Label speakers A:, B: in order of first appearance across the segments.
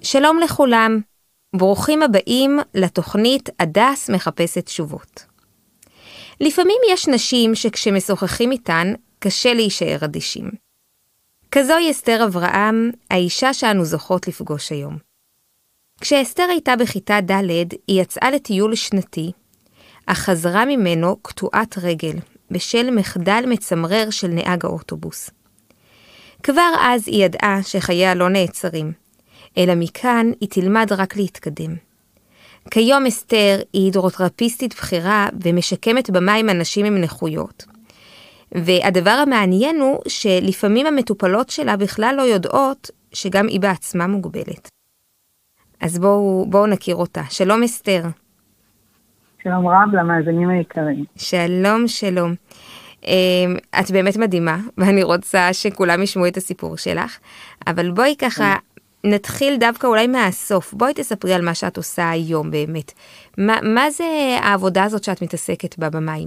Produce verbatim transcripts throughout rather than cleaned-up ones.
A: שלום לכולם, ברוכים הבאים לתוכנית הדס מחפשת תשובות. לפעמים יש נשים שכשמשוחחים איתן קשה להישאר אדישים. כזוהי אסתר אברהם, האישה שאנו זוכות לפגוש היום. כשאסתר הייתה בכיתה ד' היא יצאה לטיול שנתי, אך חזרה ממנו קטועת רגל בשל מחדל מצמרר של נהג האוטובוס. כבר אז היא ידעה שחייה לא נעצרים, אלא מכאן היא תלמד רק להתקדם. כיום אסתר היא הידרותרפיסטית בחירה ומשקמת במים אנשים עם נכויות. והדבר המעניין הוא שלפעמים המטופלות שלה בכלל לא יודעות שגם היא בעצמה מוגבלת. אז בואו, בואו נכיר אותה. שלום אסתר.
B: שלום רב למאזינים היקרים.
A: שלום, שלום. את באמת מדהימה, ואני רוצה שכולם ישמעו את הסיפור שלך, אבל בואי ככה נתחיל דווקא אולי מהסוף. בואי תספרי על מה שאת עושה היום באמת. מה, מה זה העבודה הזאת שאת מתעסקת בה במים?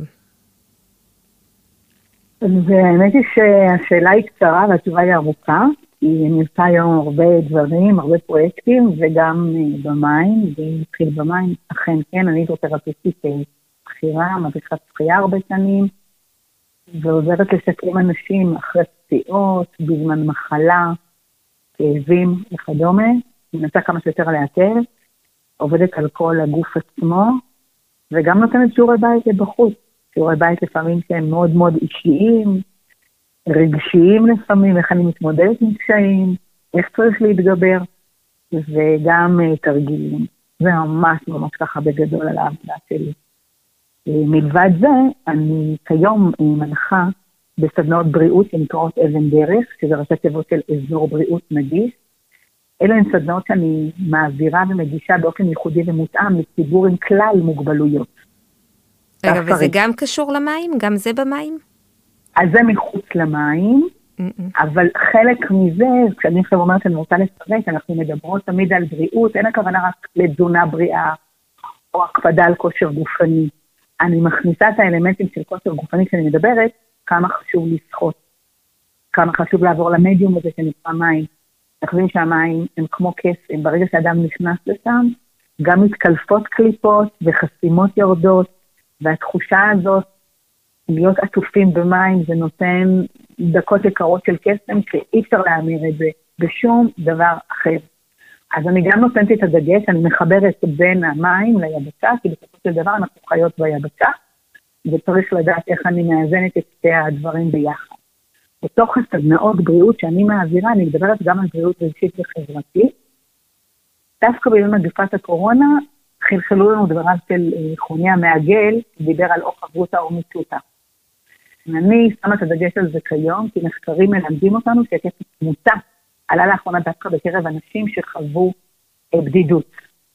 B: והאמת היא שהשאלה היא קצרה והתשובה היא ארוכה, כי אני עושה היום הרבה דברים, הרבה פרויקטים, וגם במים, ומתחיל במים, אכן כן, אני הידרותרפיסטית בחירה, מדריכת שחייה הרבה שנים, ועוזרת לשקם אנשים אחרי פציעות, בזמן מחלה, כאבים וכדומה, מנסה כמה שיותר לאתר, עובדת על כל הגוף עצמו, וגם נותנת שיעורי בית בחוץ, שיעורי בית לפעמים שהם מאוד מאוד אישיים, רגשיים לפעמים, איך אני מתמודדת עם קשיים, איך צריך להתגבר, וגם uh, תרגילים. זה ממש ממש ככה בגדול על העבודה שלי. Uh, מלבד זה, אני כיום uh, מנחה בסדנאות בריאות שנקראות אבן דרך, שזה ראשי תיבות של אזור בריאות נגיש. אלה הן סדנאות שאני מעבירה ומגישה באופן ייחודי ומותאם לציבור עם כלל מוגבלויות.
A: רגע, וזה גם קשור למים? גם זה במים?
B: אז זה מחוץ למים, אבל חלק מזה, כשאני עכשיו אומרת שאני רוצה לפרט, אנחנו מדברות תמיד על בריאות, אין הכוונה רק לתזונה בריאה, או הקפדה על כושר גופני. אני מכניסה את האלמנטים של כושר גופני שאני מדברת, כמה חשוב לשחות, כמה חשוב לעבור למדיום הזה שנקרא מים. אנחנו חושבים שהמים הם כמו קסם, ברגע שאדם נכנס לשם, גם מתקלפות קליפות וחסימות יורדות, והתחושה הזאת, להיות עטופים במים, זה נותן דקות יקרות של קסם, שאי אפשר להמיר את זה בשום דבר אחר. אז אני גם נותנת את הדגש, אני מחברת בין המים ליבשה, כי בסופו של דבר אנחנו חיות ביבשה, וצריך לדעת איך אני מאזנת את שתי הדברים ביחד. בתוך הסדנאות בריאות שאני מעבירה, אני מדברת גם על בריאות רגשית וחברתית. דווקא ביום מגפת הקורונה, חלחלו לנו דבריו של חוני המעגל, דיבר על או חברותה או מיתותה. אני שמה את הדגש על זה כיום, כי מחקרים מלמדים אותנו שהיקף התמותה עלה לאחרונה דווקא בקרב אנשים שחוו בדידות.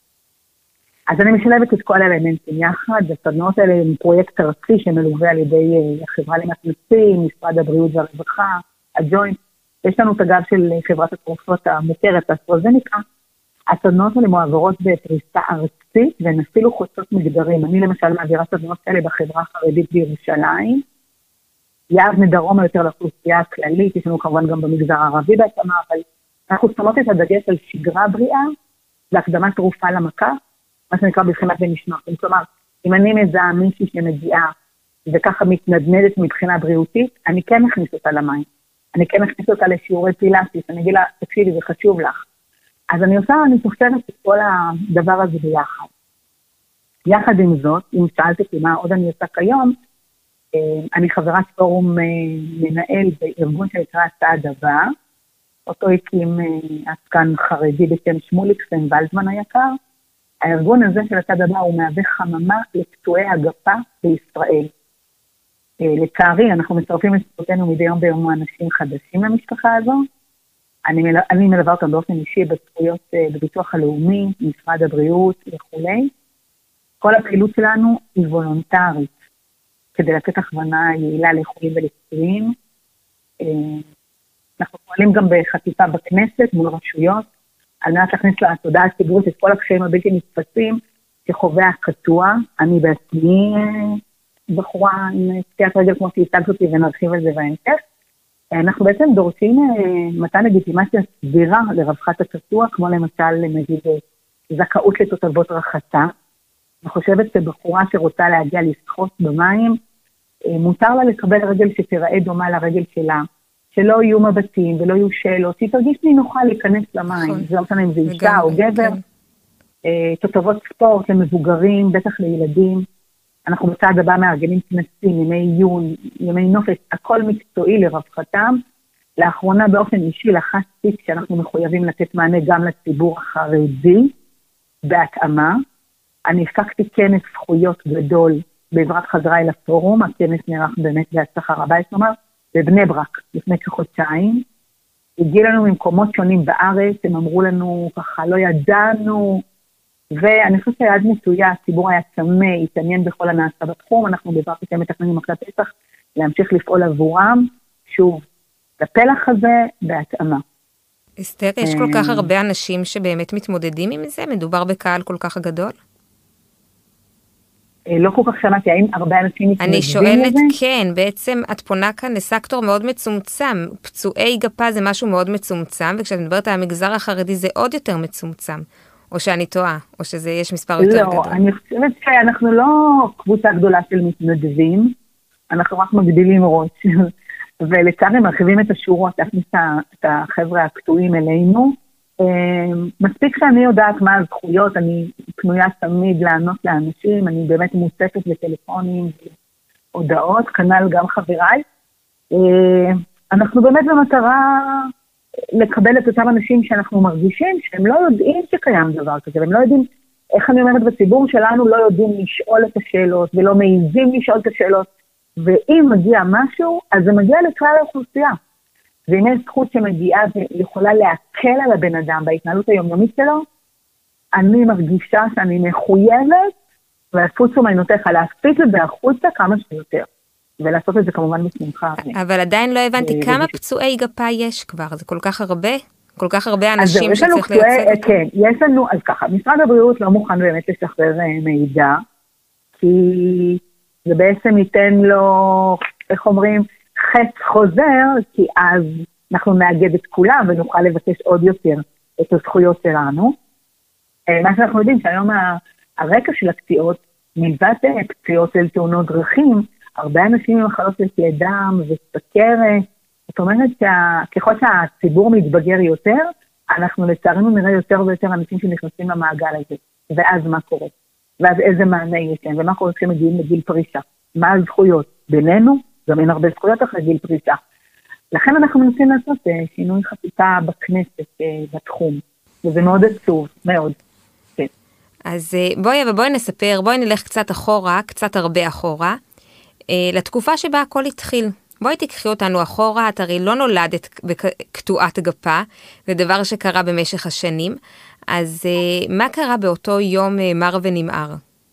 B: אז אני משלבת את כל האלמנטים יחד, והסדנאות האלה הם פרויקט ארצי שמלווה על ידי החברה למתנ"סים, משרד הבריאות והרווחה, הג'וינט. יש לנו את הגב של חברת התרופות המוכרת, אסטרהזניקה. הסדנאות האלה מועברות בפריסה ארצית, והן אפילו חוצות מגדרים. אני למשל מעבירה סדנאות כאלה בחברה החרדית בירושלים, יעד מדרום יותר לאוכלוסייה הכללית, יש לנו כמובן גם במגזר הערבי בעצמה, אבל אנחנו שמות את הדגש על שגרה בריאה, להקדמת תרופה למכה, מה שנקרא בבחינת ונשמע. כלומר, אם אני מזהה מישהי שמגיעה, וככה מתנדנדת מבחינה בריאותית, אני כן מכניס אותה למים. אני כן מכניס אותה לשיעורי פילאטיס, אני אגיד לה, תקשיבי, זה חשוב לך. אז אני עושה, אני תופסת את כל הדבר הזה ביחד. יחד עם זאת, אם שאלת אותי מה עוד אני עושה כיום, אני חברת פורום מנהל בארגון שנקרא הצעד הבא, אותו הקים עסקן חרדי בשם שמוליקסן ולדמן היקר. הארגון הזה של הצעד הבא הוא מהווה חממה לפצועי הגפה בישראל. לצערי, אנחנו מצטרפים לספורטנו מדי יום ביום אנשים חדשים למשפחה הזו. אני, מל... אני מלווה אותם באופן אישי בזכויות בביטוח הלאומי, משרד הבריאות וכו'. כל הפעילות שלנו היא וולונטרית, כדי לתת הכוונה יעילה לחולים ולפצועים. אנחנו פועלים גם בחטיפה בכנסת מול רשויות, על מנת להכניס לתודעה הציבורית את כל הקשיים הבלתי נתפסים שחווה הקטוע. אני בעצמי בחורה עם קטיעת רגל כמו שהצגת אותי ונרחיב על זה בהמשך. אנחנו בעצם דורשים מתן לגיטימציה סבירה לרווחת הקטוע, כמו למשל, נגיד, זכאות לתותבות רחצה. אני חושבת שבחורה שרוצה להגיע לשחות במים, מותר לה לקבל רגל שתראה דומה לרגל שלה, שלא יהיו מבטים ולא יהיו שאלות, שהיא תרגיש לי נוחה להיכנס למים, זה לא משנה אם זה אישה או גבר, תותבות ספורט למבוגרים, בטח לילדים, אנחנו בצעד הבא מארגנים כנסים, ימי עיון, ימי נופש, הכל מקצועי לרווחתם, לאחרונה באופן אישי לחצתי שאנחנו מחויבים לתת מענה גם לציבור החרדי, בהתאמה, אני הפקתי כנס זכויות גדול, בעזרת חבריי לפורום, הכנס נערך באמת בהצלחה רבה, יש לומר, בבני ברק, לפני כחודשיים, הגיע לנו ממקומות שונים בארץ, הם אמרו לנו ככה, לא ידענו, ואני חושבת שהיד מצויה, הציבור היה צמא, התעניין בכל הנעשה בתחום, אנחנו בעזרת השם מתכננים אחרי פסח, להמשיך לפעול עבורם, שוב, לפלח הזה בהתאמה.
A: אסתר, יש כל כך הרבה אנשים שבאמת מתמודדים עם זה? מדובר בקהל כל כך גדול?
B: לא כל כך שמעתי, האם הרבה אנשים מתמודדים
A: אני
B: לזה?
A: שואלת, כן, בעצם את פונה כאן לסקטור מאוד מצומצם, פצועי גפה זה משהו מאוד מצומצם, וכשאת מדברת על המגזר החרדי זה עוד יותר מצומצם, או שאני טועה, או שזה יש מספר יותר
B: לא,
A: גדול.
B: לא, אני חושבת שאנחנו לא קבוצה גדולה של מתנדבים, אנחנו רק מגדילים ראש, ולצערי מרחיבים את השורות, להכניס את החבר'ה הקטועים אלינו, מספיק שאני יודעת מה הזכויות, אני פנויה תמיד לענות לאנשים, אני באמת מוצפת לטלפונים והודעות, כנ"ל גם חבריי. אנחנו באמת במטרה לקבל את אותם אנשים שאנחנו מרגישים שהם לא יודעים שקיים דבר כזה, והם לא יודעים, איך אני אומרת, בציבור שלנו לא יודעים לשאול את השאלות, ולא מעיזים לשאול את השאלות, ואם מגיע משהו, אז זה מגיע לכלל האוכלוסייה. ואם יש זכות שמגיעה ויכולה להקל על הבן אדם בהתנהלות היומיומית שלו, אני מרגישה שאני מחויבת, והפוצו מעיינותיך להפיץ את זה החוצה כמה שיותר. ולעשות את זה כמובן בשמחה.
A: אבל עדיין לא הבנתי כמה פצועי גפה יש כבר, זה כל כך הרבה, כל כך הרבה אנשים שצריך לייצג אותם.
B: כן, יש לנו, אז ככה, משרד הבריאות לא מוכן באמת לשחרר מידע, כי זה בעצם ייתן לו, איך אומרים, חץ חוזר, כי אז אנחנו נאגד את כולם ונוכל לבקש עוד יותר את הזכויות שלנו. מה שאנחנו יודעים שהיום הרקע של הקטיעות, מלבד פציעות של תאונות דרכים, הרבה אנשים עם מחלות של דם וסוכרת, זאת אומרת שככל שהציבור מתבגר יותר, אנחנו לצערנו נראה יותר ויותר אנשים שנכנסים למעגל הזה, ואז מה קורה? ואז איזה מענה יש להם, ומה קורה כשמגיעים לגיל פרישה? מה הזכויות? בינינו, גם אין הרבה זכויות אחרי גיל פרישה. לכן אנחנו מנסים לעשות שינוי חקיקה בכנסת, בתחום, וזה מאוד עצוב, מאוד. כן.
A: אז בואי, ובואי נספר, בואי נלך קצת אחורה, קצת הרבה אחורה, לתקופה שבה הכל התחיל. בואי תקחי אותנו אחורה, את הרי לא נולדת בקטועת גפה, זה דבר שקרה במשך השנים, אז מה קרה באותו יום מר ונמהר?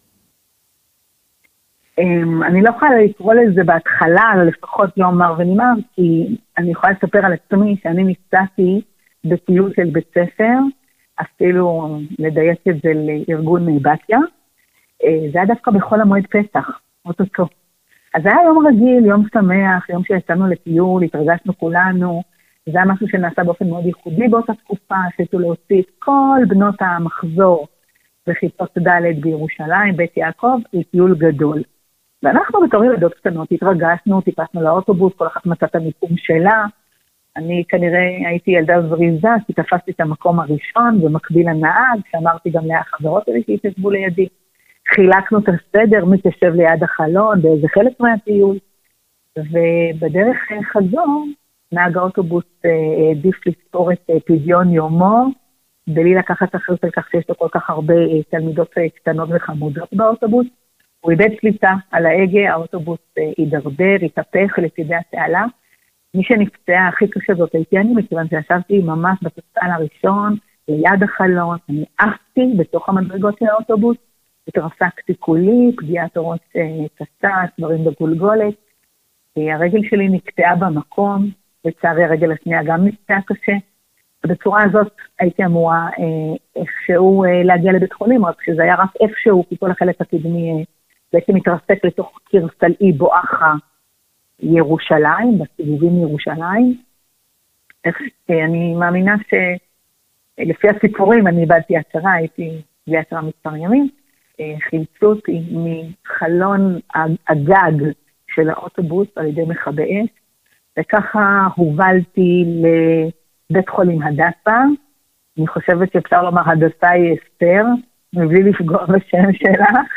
B: אני לא יכולה לקרוא לזה בהתחלה, אבל לפחות יום מר ונמהר, כי אני יכולה לספר על עצמי שאני נפצעתי בטיול של בית ספר, אפילו לדייק את זה לארגון בתיה, זה היה דווקא בחול המועד פסח, אותו. אז זה היה יום רגיל, יום שמח, יום שיצאנו לטיול, התרגשנו כולנו, זה היה משהו שנעשה באופן מאוד ייחודי באותה תקופה, שהייתו להוציא את כל בנות המחזור בכיתות ד' בירושלים, בית יעקב, לטיול גדול. ואנחנו בתור ילדות קטנות התרגשנו, טיפסנו לאוטובוס, כל אחת מצאת את המיקום שלה, אני כנראה הייתי ילדה זריזה, כי תפסתי את המקום הראשון, במקביל לנהג, שאמרתי גם לחברות שלי שהתיישבו לידי. חילקנו את הסדר, מי תשב ליד החלון, באיזה חלק מהטיול, ובדרך חזור, נהג האוטובוס העדיף לספור את פדיון יומו, בלי לקחת אחריות על כך שיש לו כל כך הרבה תלמידות קטנות וחמודות באוטובוס, הוא איבד שליטה על ההגה, האוטובוס הידרדר, התהפך לצידי התעלה, מי שנפצע הכי קשה זאת הייתי אני, מכיוון שישבתי ממש בספסל הראשון, ליד החלון, אני עפתי בתוך המדרגות של האוטובוס, התרסקתי כולי, פגיעת אורות קצת, דברים בגולגולת, הרגל שלי נקטעה במקום, לצערי הרגל השנייה גם נקטעה קשה, ובצורה הזאת הייתי אמורה איכשהו להגיע לבית חולים, רק שזה היה רק איפשהו, כי כל החלק הקדמי בעצם מתרסק לתוך קיר סלעי בואכה ירושלים, בסיבובים ירושלים. אני מאמינה שלפי הסיפורים, אני איבדתי הצהרה, הייתי בלי הצהרה מספר ימים, חילצו אותי מחלון הגג של האוטובוס על ידי מכבי אש, וככה הובלתי לבית חולים הדסה. אני חושבת שאפשר לומר הדסה היא אסתר, מבלי לפגוע בשם שלך.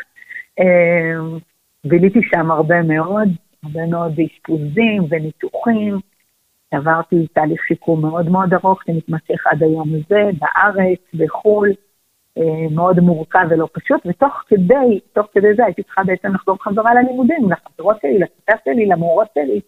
B: ביליתי שם הרבה מאוד, הרבה מאוד באשפוזים וניתוחים. עברתי תהליך שיקום מאוד מאוד ארוך, שמתמשך עד היום הזה, בארץ, בחול, מאוד מורכב ולא פשוט, ותוך כדי, תוך כדי זה הייתי צריכה בעצם לחזור חזרה ללימודים, לחברות שלי, לכיתה שלי, למורות שלי.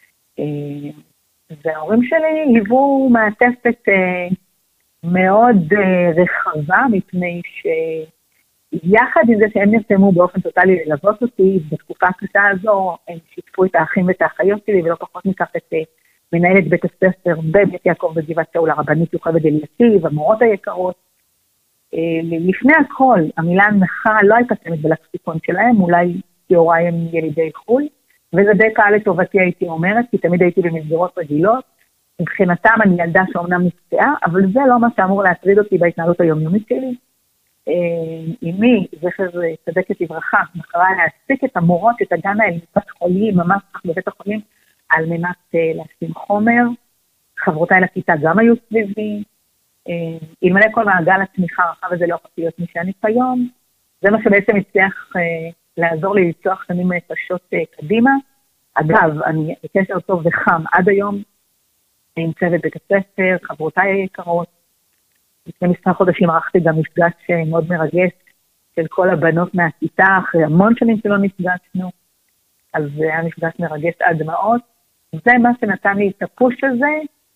B: וההורים שלי היוו מעטפת מאוד רחבה, מפני שיחד עם זה שהם נרתמו באופן טוטלי ללוות אותי, בתקופה הקשה הזו, הם שיתפו את האחים ואת האחיות שלי, ולא פחות מכך את מנהלת בית הספר בבית יעקב בגבעת שאול, הרבנית יוכבד אלישיב, המורות היקרות. לפני הכל, המילה הנחה לא הייתה תמיד בלקסיקון שלהם, אולי כי הוריי הם ילידי חו"ל, וזה די קל לטובתי הייתי אומרת, כי תמיד הייתי במסגרות רגילות, מבחינתם אני ילדה שאומנם נפצעה, אבל זה לא מה שאמור להטריד אותי בהתנהלות היומיומית שלי. אמי, זכר צדקת לברכה, בחרה להעסיק את המורות, את הגן האלה, בבית חולים, ממש בבית החולים, על מנת להשים חומר. חברותיי לכיתה גם היו סביבי, אלמלא כל מעגל התמיכה הרחב הזה לא יכולתי להיות מי שאני כיום. זה מה שבעצם הצליח לעזור לי לצלוח שנים קשות קדימה. אגב, אני בקשר טוב וחם עד היום, עם צוות בית הספר, חברותיי היקרות. לפני מספר חודשים ערכתי גם מפגש מאוד מרגש של כל הבנות מהכיתה, אחרי המון שנים שלא נפגשנו, אז זה היה מפגש מרגש עד דמעות. זה מה שנתן לי את הפוש הזה,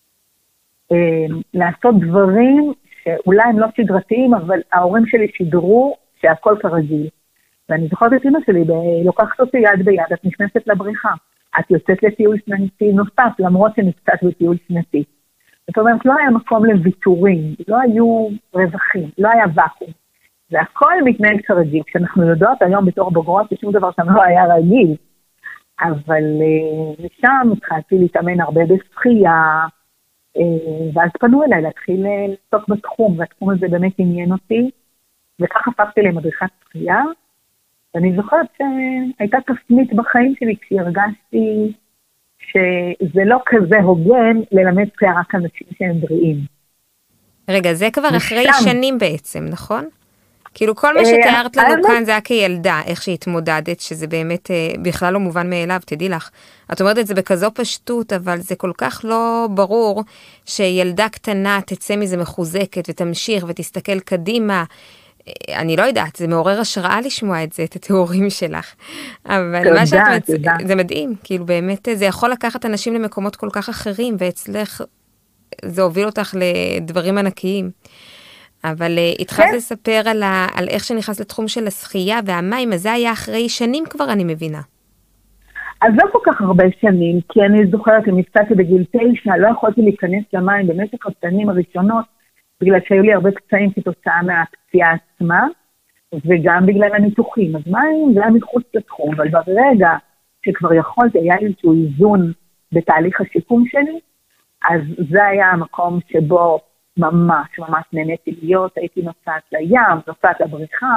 B: לעשות דברים שאולי הם לא שגרתיים, אבל ההורים שלי שידרו שהכל כרגיל. ואני זוכרת את אמא שלי, לוקחת אותי יד ביד, את נכנסת לבריכה, את יוצאת לטיול שנתי נוסף, למרות שנקצת בטיול שנתי. זאת אומרת, לא היה מקום לוויתורים, לא היו רווחים, לא היה ואקום. זה הכל מתנהג כרגיל. כשאנחנו יודעות היום בתור בוגרות, שום דבר שם לא היה רגיל. אבל משם התחלתי להתאמן הרבה בשחייה, ואז פנו אליי להתחיל לעסוק בתחום, והתחום הזה באמת עניין אותי, וכך הפכתי למדריכת שחייה, ואני זוכרת שהייתה תפנית בחיים שלי, כשהרגשתי שזה לא כזה הוגן ללמד שחייה רק אנשים שהם בריאים.
A: רגע, זה כבר אחרי שנים בעצם, נכון? כאילו כל מה שתיארת לנו כאן זה היה כילדה, איך שהתמודדת, שזה באמת בכלל לא מובן מאליו, תדעי לך. את אומרת את זה בכזו פשטות, אבל זה כל כך לא ברור שילדה קטנה תצא מזה מחוזקת ותמשיך ותסתכל קדימה. אני לא יודעת, זה מעורר השראה לשמוע את זה, את התיאורים שלך. אבל
B: תודה,
A: מה שאת מצ...
B: תודה.
A: זה מדהים, כאילו באמת זה יכול לקחת אנשים למקומות כל כך אחרים, ואצלך זה הוביל אותך לדברים ענקיים. אבל התחלת לספר על, ה, על איך שנכנס לתחום של השחייה והמים, אז זה היה אחרי שנים כבר, אני מבינה.
B: אז לא כל כך הרבה שנים, כי אני זוכרת, אם נפצעתי בגיל תשע, לא יכולתי להיכנס למים במשך השנים הראשונות, בגלל שהיו לי הרבה פצעים כתוצאה מהפציעה עצמה, וגם בגלל הניתוחים. אז מים זה היה מחוץ לתחום, אבל ברגע שכבר יכולתי, היה לי איזשהו איזון בתהליך השיקום שלי, אז זה היה המקום שבו ממש ממש נהניתי להיות, הייתי נוסעת לים, נוסעת לבריכה,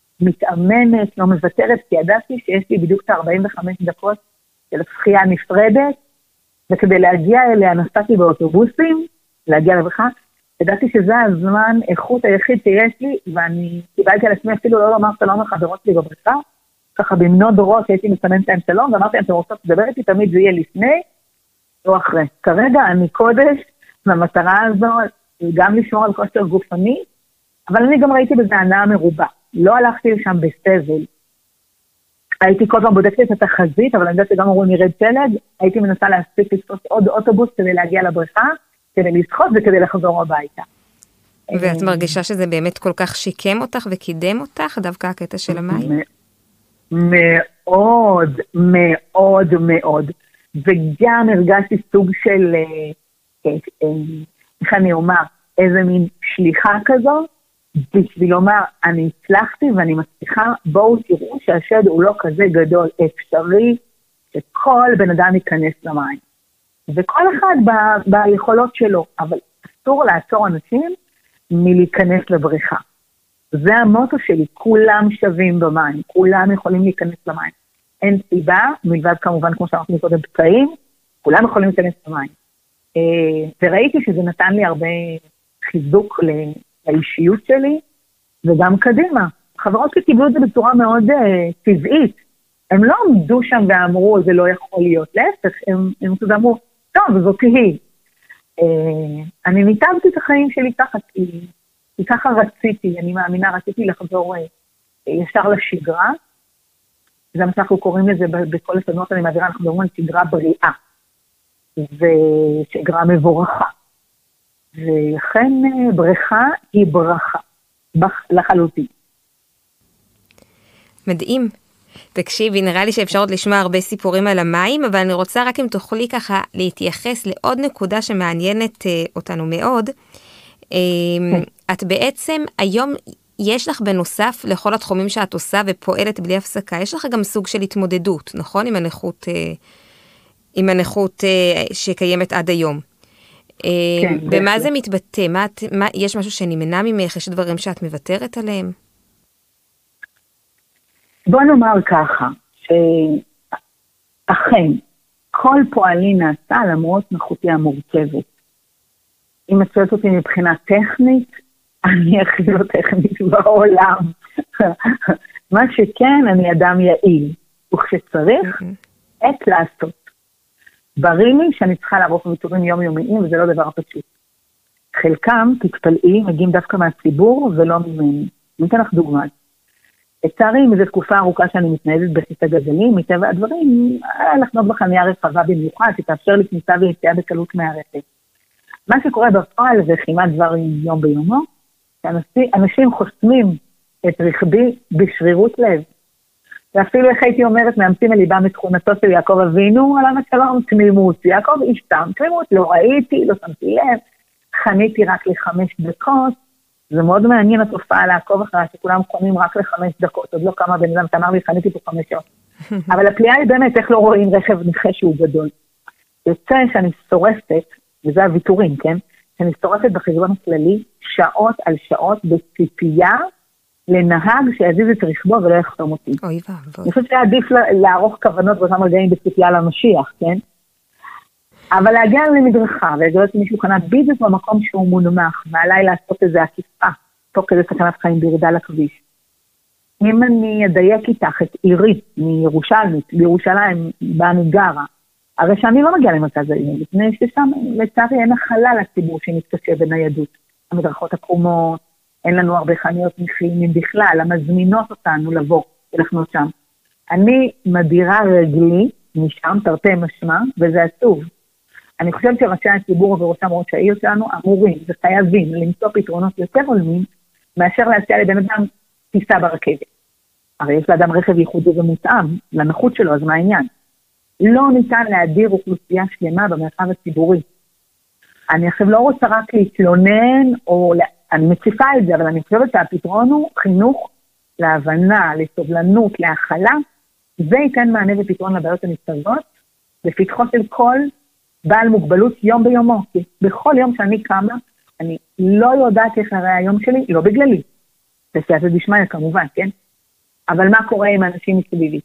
B: מתאמנת, לא מבטרת, כי ידעתי שיש לי בדיוק את ארבעים וחמש דקות של השחייה נפרדת, וכדי להגיע אליה נסעתי באוטובוסים, להגיע לבריכה, ידעתי שזה הזמן, איכות היחיד שיש לי, ואני קיבלתי על עצמי אפילו לא לומר שלום לחברות שלי בבריכה, ככה במנות דורות שהייתי מסמנת להם שלום, ואמרתי להם, אתם רוצות לדבר איתי, תמיד זה יהיה לפני, או אחרי. כרגע אני קודש, והמטרה הזו, גם לשמור על כושר גופני, אבל אני גם ראיתי בזה הנאה מרובה. לא הלכתי לשם בסבל. הייתי כל פעם בודקת את התחזית, אבל אני יודעת שגם אמרו נרד שלג, הייתי מנסה להספיק לספוס עוד אוטובוס כדי להגיע לבריכה, כדי לשחות וכדי לחזור הביתה.
A: ואת מרגישה שזה באמת כל כך שיקם אותך וקידם אותך, דווקא הקטע של המים?
B: מאוד, מאוד, מאוד. וגם הרגשתי סוג של, איך אני אומר, איזה מין שליחה כזו, בשביל לומר, אני הצלחתי ואני מצליחה, בואו תראו שהשד הוא לא כזה גדול, אפשרי, שכל בן אדם ייכנס למים. וכל אחד ב- ביכולות שלו, אבל אסור לעצור אנשים מלהיכנס לבריכה. זה המוטו שלי, כולם שווים במים, כולם יכולים להיכנס למים. אין סיבה, מלבד כמובן כמו שאנחנו קודם פצעים, כולם יכולים להיכנס למים. וראיתי שזה נתן לי הרבה חיזוק לאישיות שלי, וגם קדימה. חברות שקיבלו את זה בצורה מאוד טבעית, הם לא עמדו שם ואמרו, זה לא יכול להיות. להפך, הם, הם פשוט אמרו, טוב, זאת היא. אני ניתבתי את החיים שלי ככה, כי, כי ככה רציתי, אני מאמינה, רציתי לחזור ישר לשגרה. זה מה שאנחנו קוראים לזה בכל הסדנות, אני מעבירה, אנחנו מדברים על שגרה בריאה, ושגרה מבורכה. ולכן בריכה היא ברכה, לחלוטין.
A: מדהים. תקשיבי, נראה לי שאפשר עוד לשמוע הרבה סיפורים על המים, אבל אני רוצה רק אם תוכלי ככה להתייחס לעוד נקודה שמעניינת אותנו מאוד. את בעצם היום יש לך בנוסף לכל התחומים שאת עושה ופועלת בלי הפסקה, יש לך גם סוג של התמודדות, נכון? עם הנכות, עם הנכות שקיימת עד היום. כן, במה זה מתבטא? מה, מה, יש משהו שנמנע ממך? יש דברים שאת מוותרת עליהם?
B: בוא נאמר ככה, שאכן, כל פועלי נעשה למרות נכותי המורכבת. אם את שואלת אותי מבחינה טכנית, אני הכי לא טכנית בעולם. מה שכן, אני אדם יעיל, וכשצריך, עת לעשות. בריא לי שאני צריכה לערוך ויתורים יומיומיים, וזה לא דבר פשוט. חלקם, תתפלאי, מגיעים דווקא מהציבור ולא ממני. אני אתן לך דוגמה. לצערי, מזו תקופה ארוכה שאני מתניידת בכיסא גלגלים, מטבע הדברים, לחנות בחניה רחבה במיוחד, שתאפשר לי כניסה ויציאה בקלות מהרחב. מה שקורה בפועל זה כמעט דבר יום ביומו, שאנשים חוסמים את רכבי בשרירות לב. ואפילו איך הייתי אומרת, מאמצים אל ליבם את תכונתו של יעקב אבינו, עליו השלום, תמימות. יעקב איש תם, תמימות, לא ראיתי, לא שמתי לב, חניתי רק לחמש דקות, זה מאוד מעניין התופעה לעקוב אחריה, שכולם קונים רק לחמש דקות, עוד לא כמה בן אדם, תאמר לי, חניתי פה חמש שעות. אבל הפליאה היא באמת, איך לא רואים רכב נכה שהוא גדול. יוצא שאני שורפת, וזה הוויתורים, כן? שאני שורפת בחשבון הכללי, שעות על שעות בציפייה, לנהג שיזיז את רכבו ולא יחתום אותי.
A: אוי ואבוי.
B: אני חושבת שהיה עדיף לערוך כוונות באותם רגעים בציפייה למשיח, כן? אבל להגיע למדרכה ולגלות מישהו חנה בדיוק במקום שהוא מונמך, ועליי לעשות איזו עקיפה, תוך כדי סכנת חיים בירידה לכביש. אם אני אדייק איתך את עירי מירושלמית, בירושלים, בה אני גרה, הרי שאני לא מגיעה למרכז העיר, לפני ששם לצערי אין החלה לציבור שמתקשה בניידות. המדרכות הקרומות, אין לנו הרבה חניות נכים בכלל, המזמינות אותנו לבוא ולחנות שם. אני מדירה רגלי משם, תרתי משמע, וזה עצוב. אני חושבת שראשי הציבור ובראשם ראש העיר שלנו אמורים וחייבים למצוא פתרונות יותר הולמים, מאשר להציע לבן אדם טיסה ברכבת. הרי יש לאדם רכב ייחודי ומותאם לנחות שלו, אז מה העניין? לא ניתן להדיר אוכלוסייה שלמה במרחב הציבורי. אני עכשיו לא רוצה רק להתלונן, או אני מציפה את זה, אבל אני חושבת שהפתרון הוא חינוך להבנה, לסובלנות, להכלה, זה ייתן מענה ופתרון לבעיות המצטרבות, בפתחו של כל בעל מוגבלות יום ביומו, כי בכל יום שאני קמה, אני לא יודעת איך הרי היום שלי, לא בגללי, בסייעתא דשמיא כמובן, כן? אבל מה קורה עם האנשים מסביבי?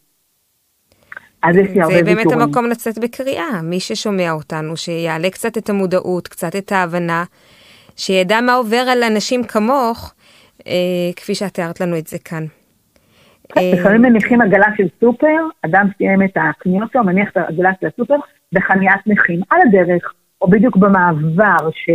B: אז יש לי הרבה
A: ויתורים. זה באמת המקום
B: ויתורים.
A: לצאת בקריאה, מי ששומע אותנו, שיעלה קצת את המודעות, קצת את ההבנה, שידע מה עובר על אנשים כמוך, אה, כפי שאת תיארת לנו את זה כאן.
B: לפעמים מניחים עגלה של סופר, אדם סיים את הקניות שלו, מניח את העגלה של הסופר, בחניית נכים על הדרך, או בדיוק במעבר,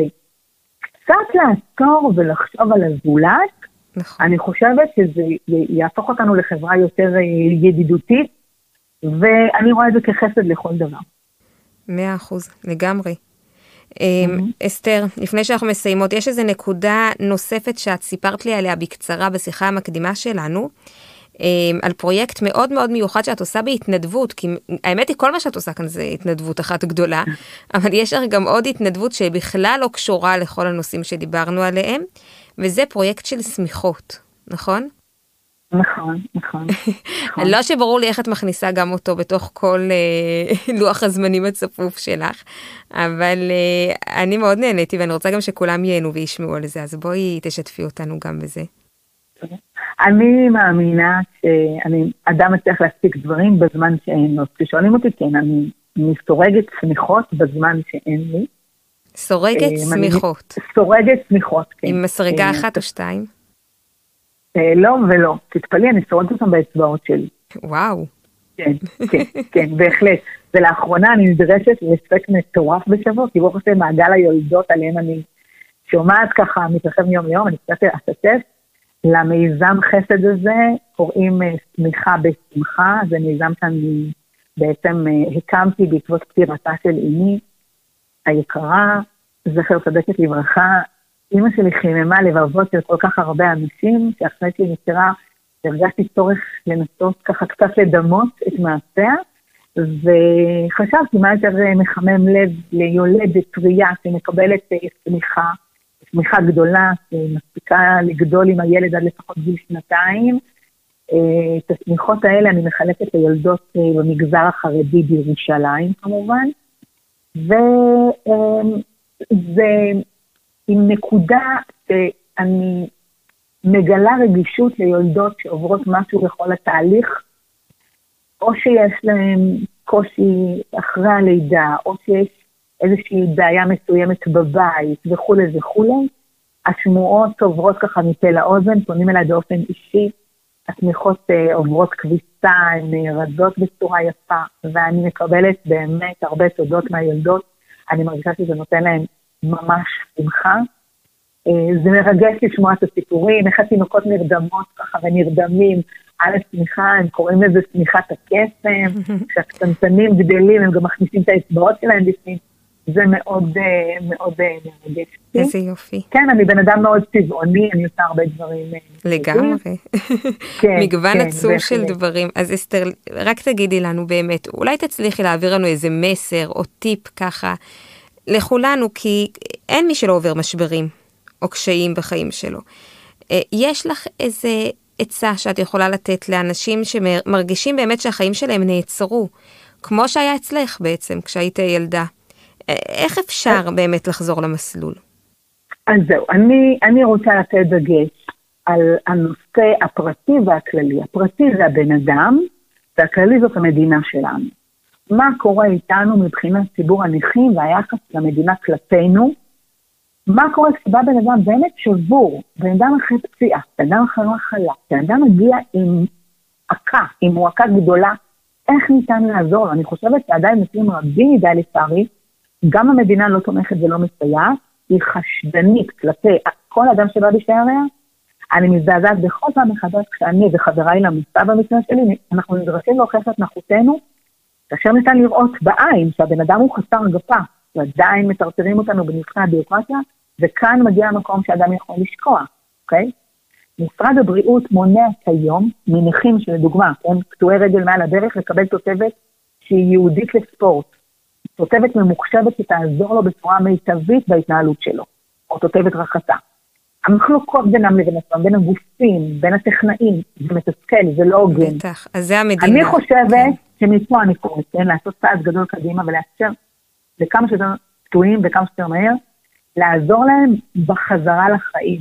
B: שקצת לעצור ולחשוב על הזולת,
A: נכון.
B: אני חושבת שזה יהפוך אותנו לחברה יותר ידידותית, ואני רואה את זה כחסד לכל דבר.
A: מאה אחוז, לגמרי. אסתר, לפני שאנחנו מסיימות, יש איזו נקודה נוספת שאת סיפרת לי עליה בקצרה בשיחה המקדימה שלנו, על פרויקט מאוד מאוד מיוחד שאת עושה בהתנדבות, כי האמת היא כל מה שאת עושה כאן זה התנדבות אחת גדולה, אבל יש לך גם עוד התנדבות שבכלל לא קשורה לכל הנושאים שדיברנו עליהם, וזה פרויקט של סמיכות, נכון?
B: נכון, נכון.
A: לא שברור לי איך את מכניסה גם אותו בתוך כל לוח הזמנים הצפוף שלך, אבל אני מאוד נהניתי ואני רוצה גם שכולם ייהנו וישמעו על זה, אז בואי תשתפי אותנו גם בזה.
B: אני מאמינה שאני אדם מצליח להספיק דברים בזמן שאין לו. כששואלים אותי, כן, אני סורגת צמיחות בזמן שאין לי.
A: סורגת צמיחות.
B: סורגת צמיחות, כן.
A: עם מסרגה אחת או שתיים?
B: לא ולא. תתפלאי, אני סורגת אותם באצבעות שלי.
A: וואו.
B: כן, כן, כן, בהחלט. ולאחרונה אני נדרשת לספק מטורף בשבוע, כי ברוך השם מעגל היולדות עליהם אני שומעת ככה, מתרחב מיום ליום, אני קצת אשתף. למיזם חסד הזה קוראים סמיכה בשמחה, זה מיזם שאני בעצם הקמתי בעקבות פטירתה של אמי היקרה, זכר צדקת לברכה. אמא שלי חיממה לבבות של כל כך הרבה אנשים, שאחרי שהיא נפטרה הרגשתי צורך לנסות ככה קצת לדמות את מעשיה, וחשבתי מה יותר מחמם לב ליולדת טרייה שמקבלת סמיכה, סמיכה גדולה, שמספיקה לגדול עם הילד עד לפחות גיל שנתיים. את הסמיכות האלה אני מחלקת ליולדות במגזר החרדי בירושלים כמובן, וזה עם נקודה שאני מגלה רגישות ליולדות שעוברות משהו בכל התהליך, או שיש להם קושי אחרי הלידה, או שיש איזושהי בעיה מסוימת בבית וכו' וכו'. השמועות עוברות ככה מפה לאוזן, פונים אליי באופן אישי, התמיכות עוברות כביסה, הן רזות בצורה יפה, ואני מקבלת באמת הרבה תודות מהילדות, אני מרגישה שזה נותן להם ממש שמחה. זה מרגש לשמוע את הסיפורים, איך התינוקות נרדמות ככה ונרדמים על השמיכה, הם קוראים לזה שמיכת הקסם, כשהקטנטנים גדלים הם גם מכניסים את האצבעות שלהם בפנים, זה מאוד מאוד מרגש.
A: איזה יופי.
B: כן, אני בן אדם מאוד צבעוני, אני עושה הרבה דברים.
A: לגמרי. מגוון עצום של דברים. אז אסתר, רק תגידי לנו באמת, אולי תצליחי להעביר לנו איזה מסר או טיפ ככה לכולנו, כי אין מי שלא עובר משברים או קשיים בחיים שלו. יש לך איזה עצה שאת יכולה לתת לאנשים שמרגישים באמת שהחיים שלהם נעצרו, כמו שהיה אצלך בעצם כשהיית ילדה? איך אפשר באמת לחזור למסלול?
B: אז זהו, אני, אני רוצה לתת דגש על הנושא הפרטי והכללי. הפרטי זה הבן אדם, והכללי זאת המדינה שלנו. מה קורה איתנו מבחינת ציבור הנכים והיחס למדינה כלפינו? מה קורה כשבא בן אדם באמת שבור, בן אדם אחרי פציעה, בן אדם אחרי מחלה, בן אדם מגיע עם עקה, עם מועקה גדולה, איך ניתן לעזור? אני חושבת שעדיין מקרים רבים מדי לצערי, גם המדינה לא תומכת ולא מסייעת, היא חשדנית כלפי כל אדם שבא בשעריה. אני מזדעזעת בכל פעם מחדש כשאני וחבריי למסע במקרה שלי, אנחנו נדרשים להוכיח את נכותנו, כאשר ניתן לראות בעין שהבן אדם הוא חסר גפה, ועדיין מטרטרים אותנו בנבחרי הביורוקרטיה, וכאן מגיע המקום שאדם יכול לשקוע, אוקיי? משרד הבריאות מונע כיום מנכים שלדוגמה, כן, קטועי רגל מעל הדרך, לקבל תותבת שהיא יהודית לספורט, תותבת ממוחשבת שתעזור לו בצורה מיטבית בהתנהלות שלו, או תותבת רחצה. המחלוקות בינם לבין עצמם, בין הגופים, בין הטכנאים, זה מתסכל, זה לא הוגן.
A: בטח, אז זה המדינה.
B: אני חושבת כן. שמפה אני קוראת, כן, לעשות צעד גדול קדימה ולאפשר לכמה שיותר קטועים וכמה שיותר מהר, לעזור להם בחזרה לחיים.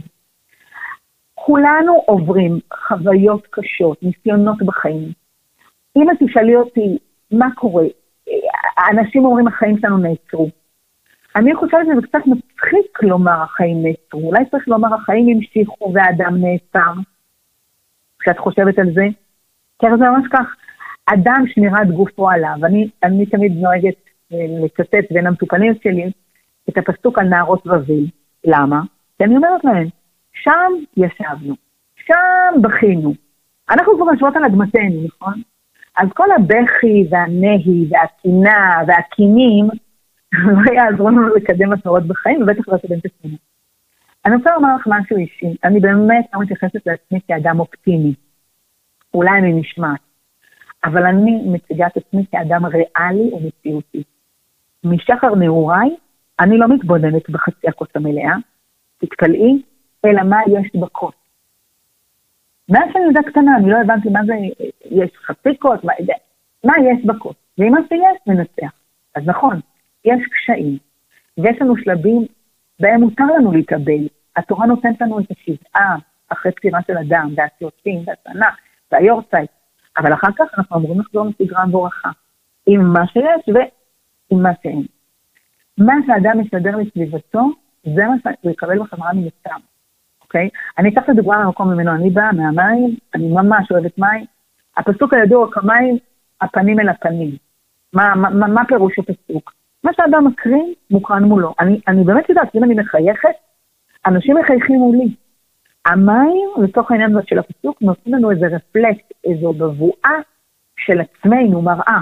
B: כולנו עוברים חוויות קשות, ניסיונות בחיים. אם את תשאלי אותי מה קורה, האנשים אומרים החיים שלנו נעצרו. אני חושבת שזה קצת מצחיק לומר החיים נעצרו, אולי צריך לומר החיים המשיכו והאדם נעצר. כשאת חושבת על זה, כי זה ממש כך, אדם שמירת גופו עליו, אני, אני תמיד נוהגת לצטט בין המטופלים שלי את הפסוק על נערות בבל. למה? כי אני אומרת להם, שם ישבנו, שם בכינו, אנחנו כבר משבות על אדמתנו, נכון? אז כל הבכי והנהי והקינה והקינים לא יעזרו לנו לקדם מסורות בחיים, ובטח לא לקדם את עצמנו. אני רוצה לומר לך משהו אישי, אני באמת לא מתייחסת לעצמי כאדם אופטימי, אולי אני נשמעת, אבל אני מציגה את עצמי כאדם ריאלי ומציאותי. משחר נעוריי, אני לא מתבוננת בחצי הכוס המלאה, תתפלאי, אלא מה יש בכוס. מאז שאני ילדה קטנה, אני לא הבנתי מה זה, יש חצי כוס, מה, מה יש בכוס, ואם מה שיש, מנצח. אז נכון, יש קשיים, ויש לנו שלבים בהם מותר לנו להתאבל. התורה נותנת לנו את השבעה, אחרי פטירה של אדם, והסיוצים, והצנח, והיורצייט, אבל אחר כך אנחנו אמורים לחזור לסגרה וברכה, עם מה שיש ועם מה שאין. מה שהאדם מסדר לסביבתו, זה מה שהוא יקבל בחזרה מיוצם. אוקיי? אני אקח את הדוגמה למקום ממנו, אני באה מהמים, אני ממש אוהבת מים, הפסוק הידוע כמים, הפנים אל הפנים. מה, מה, מה פירוש הפסוק? מה שהאדם מקרין, מוקרן מולו. אני, אני באמת יודעת, אם אני מחייכת, אנשים מחייכים מולי. המים, לתוך העניין הזה של הפסוק, נותנים לנו איזה רפלקט, איזו בבואה של עצמנו, מראה.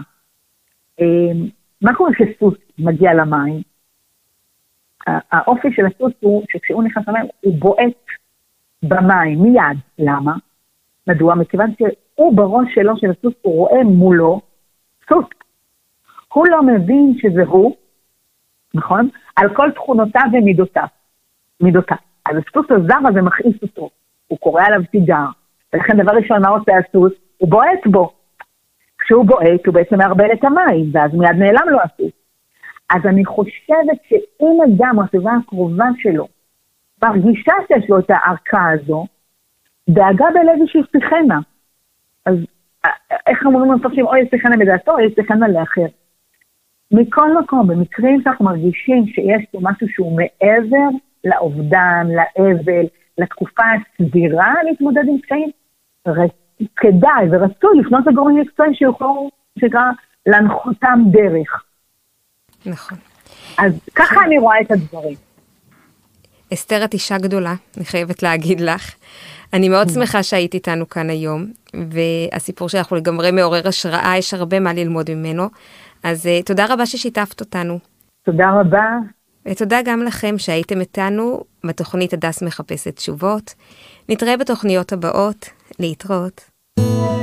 B: מה קורה שסוס מגיע למים? האופי של הסוס הוא שכשהוא נכנס למים, הוא בועט במים מיד. למה? מדוע? מכיוון שהוא בראש שלו של הסוס, הוא רואה מולו סוס. הוא לא מבין שזה הוא, נכון? על כל תכונותיו ומידותיו. מידותיו. אז הסוס הזר הזה מכעיס אותו. הוא קורא עליו תיגר. ולכן דבר ראשון, מה עושה הסוס? הוא בועט בו. כשהוא בועט, הוא בעצם מערבל את המים, ואז מיד נעלם לו הסוס. אז אני חושבת שאם אדם, הסביבה הקרובה שלו, מרגישה שיש לו את הערכה הזו, דאגה בלב שיפתחנה. אז איך אומרים למפרשים, או יפתחנה בדעתו, או יפתחנה לאחר. מכל מקום, במקרים שאנחנו מרגישים שיש פה משהו שהוא מעבר לאובדן, לאבל, לתקופה הסבירה להתמודד עם קשיים, כדאי ורצוי לפנות לגורמים מקצועיים שיוכלו, שיקרא, להנחותם דרך.
A: נכון.
B: אז ככה אני רואה את הדברים.
A: אסתר, את אישה גדולה, אני חייבת להגיד לך. אני מאוד שמחה שהיית איתנו כאן היום, והסיפור שלך הוא לגמרי מעורר השראה, יש הרבה מה ללמוד ממנו. אז תודה רבה ששיתפת אותנו.
B: תודה רבה.
A: ותודה גם לכם שהייתם איתנו בתוכנית הדס מחפשת תשובות. נתראה בתוכניות הבאות. להתראות.